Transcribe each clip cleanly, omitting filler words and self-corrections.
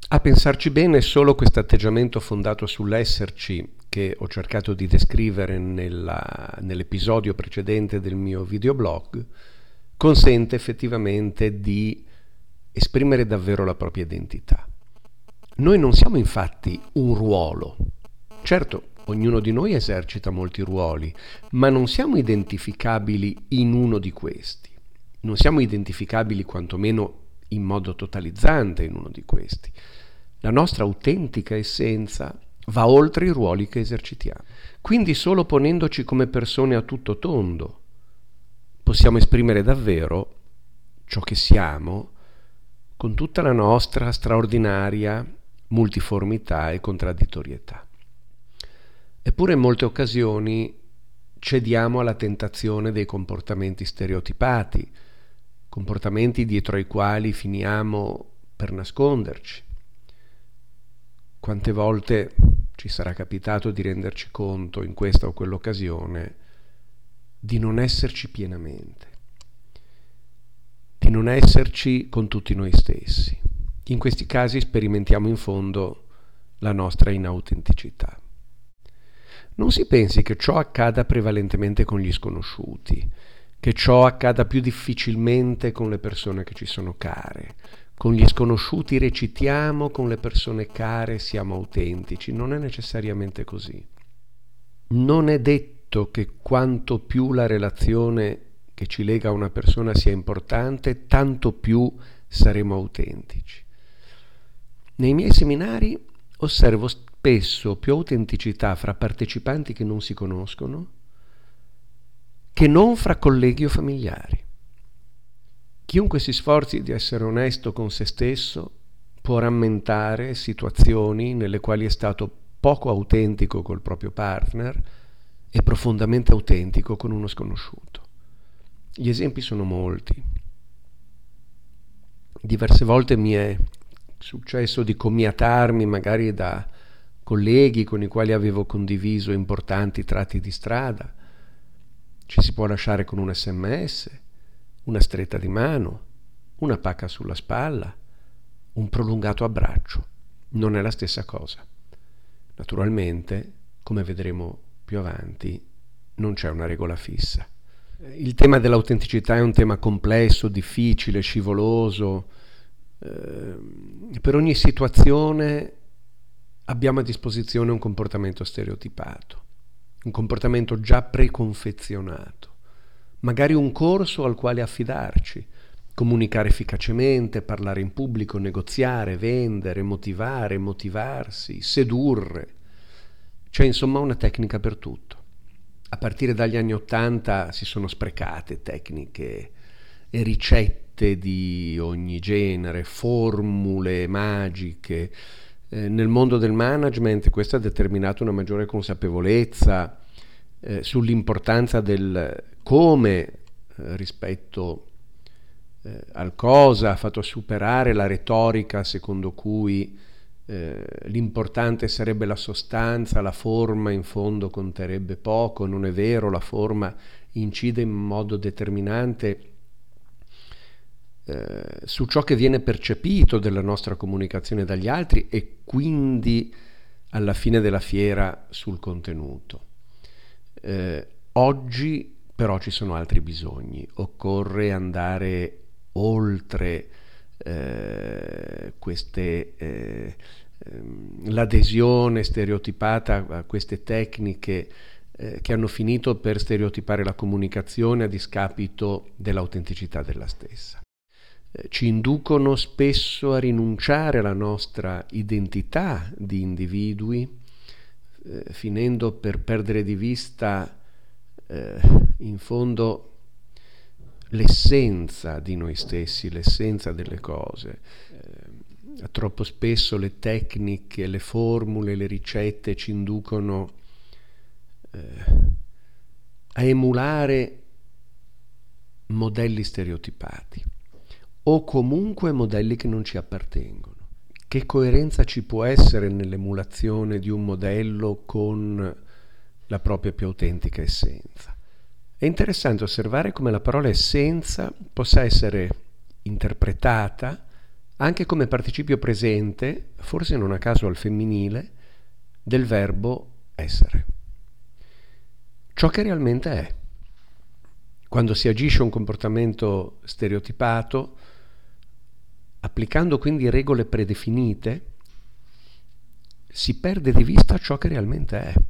A pensarci bene, solo questo atteggiamento fondato sull'esserci, che ho cercato di descrivere nell'episodio precedente del mio videoblog, consente effettivamente di esprimere davvero la propria identità. Noi non siamo infatti un ruolo. Certo, ognuno di noi esercita molti ruoli, ma non siamo identificabili in uno di questi. Non siamo identificabili quantomeno in modo totalizzante in uno di questi. La nostra autentica essenza va oltre i ruoli che esercitiamo. Quindi solo ponendoci come persone a tutto tondo possiamo esprimere davvero ciò che siamo con tutta la nostra straordinaria multiformità e contraddittorietà. Eppure in molte occasioni cediamo alla tentazione dei comportamenti stereotipati, comportamenti dietro ai quali finiamo per nasconderci. Quante volte ci sarà capitato di renderci conto in questa o quell'occasione di non esserci pienamente, di non esserci con tutti noi stessi. In questi casi sperimentiamo in fondo la nostra inautenticità. Non si pensi che ciò accada prevalentemente con gli sconosciuti, che ciò accada più difficilmente con le persone che ci sono care. Con gli sconosciuti recitiamo, con le persone care siamo autentici. Non è necessariamente così. Non è detto che quanto più la relazione che ci lega a una persona sia importante, tanto più saremo autentici. Nei miei seminari osservo spesso più autenticità fra partecipanti che non si conoscono che non fra colleghi o familiari. Chiunque si sforzi di essere onesto con se stesso può rammentare situazioni nelle quali è stato poco autentico col proprio partner e profondamente autentico con uno sconosciuto. Gli esempi sono molti. Diverse volte mi è successo di commiatarmi magari da colleghi con i quali avevo condiviso importanti tratti di strada. Ci si può lasciare con un SMS, una stretta di mano, una pacca sulla spalla, un prolungato abbraccio. Non è la stessa cosa. Naturalmente, come vedremo più avanti, non c'è una regola fissa. Il tema dell'autenticità è un tema complesso, difficile, scivoloso. Per ogni situazione abbiamo a disposizione un comportamento stereotipato, un comportamento già preconfezionato, magari un corso al quale affidarci, comunicare efficacemente, parlare in pubblico, negoziare, vendere, motivare, motivarsi, sedurre. C'è insomma una tecnica per tutto. A partire dagli anni '80 si sono sprecate tecniche e ricette di ogni genere, formule magiche. Nel mondo del management questo ha determinato una maggiore consapevolezza sull'importanza del come rispetto al cosa, ha fatto superare la retorica secondo cui l'importante sarebbe la sostanza, la forma in fondo conterebbe poco. Non è vero, la forma incide in modo determinante su ciò che viene percepito della nostra comunicazione dagli altri e quindi alla fine della fiera sul contenuto. Oggi però ci sono altri bisogni, occorre andare oltre l'adesione stereotipata a queste tecniche che hanno finito per stereotipare la comunicazione a discapito dell'autenticità della stessa. Ci inducono spesso a rinunciare alla nostra identità di individui, finendo per perdere di vista in fondo l'essenza di noi stessi, l'essenza delle cose. Troppo spesso le tecniche, le formule, le ricette ci inducono a emulare modelli stereotipati o comunque modelli che non ci appartengono. Che coerenza ci può essere nell'emulazione di un modello con la propria più autentica essenza? È interessante osservare come la parola essenza possa essere interpretata anche come participio presente, forse non a caso al femminile, del verbo essere. Ciò che realmente è. Quando si agisce un comportamento stereotipato, applicando quindi regole predefinite, si perde di vista ciò che realmente è.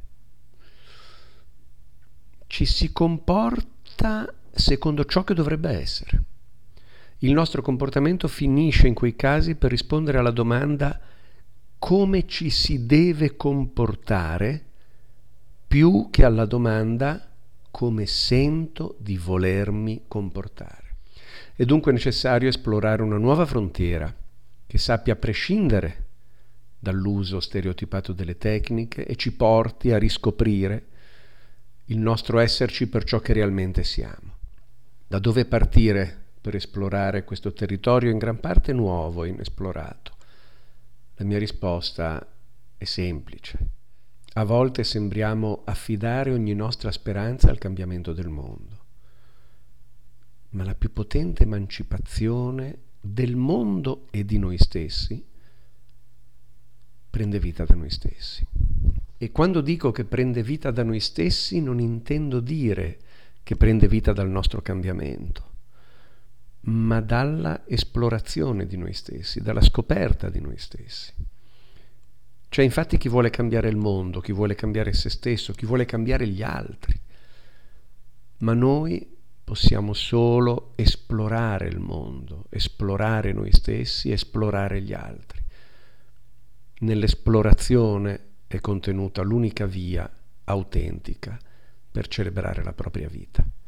Ci si comporta secondo ciò che dovrebbe essere. Il nostro comportamento finisce in quei casi per rispondere alla domanda come ci si deve comportare più che alla domanda come sento di volermi comportare. È dunque necessario esplorare una nuova frontiera che sappia prescindere dall'uso stereotipato delle tecniche e ci porti a riscoprire il nostro esserci per ciò che realmente siamo. Da dove partire per esplorare questo territorio in gran parte nuovo e inesplorato? La mia risposta è semplice. A volte sembriamo affidare ogni nostra speranza al cambiamento del mondo, ma la più potente emancipazione del mondo e di noi stessi prende vita da noi stessi. E quando dico che prende vita da noi stessi, non intendo dire che prende vita dal nostro cambiamento, ma dalla esplorazione di noi stessi, dalla scoperta di noi stessi. C'è infatti chi vuole cambiare il mondo, chi vuole cambiare se stesso, chi vuole cambiare gli altri, ma noi possiamo solo esplorare il mondo, esplorare noi stessi, esplorare gli altri. Nell'esplorazione è contenuta l'unica via autentica per celebrare la propria vita.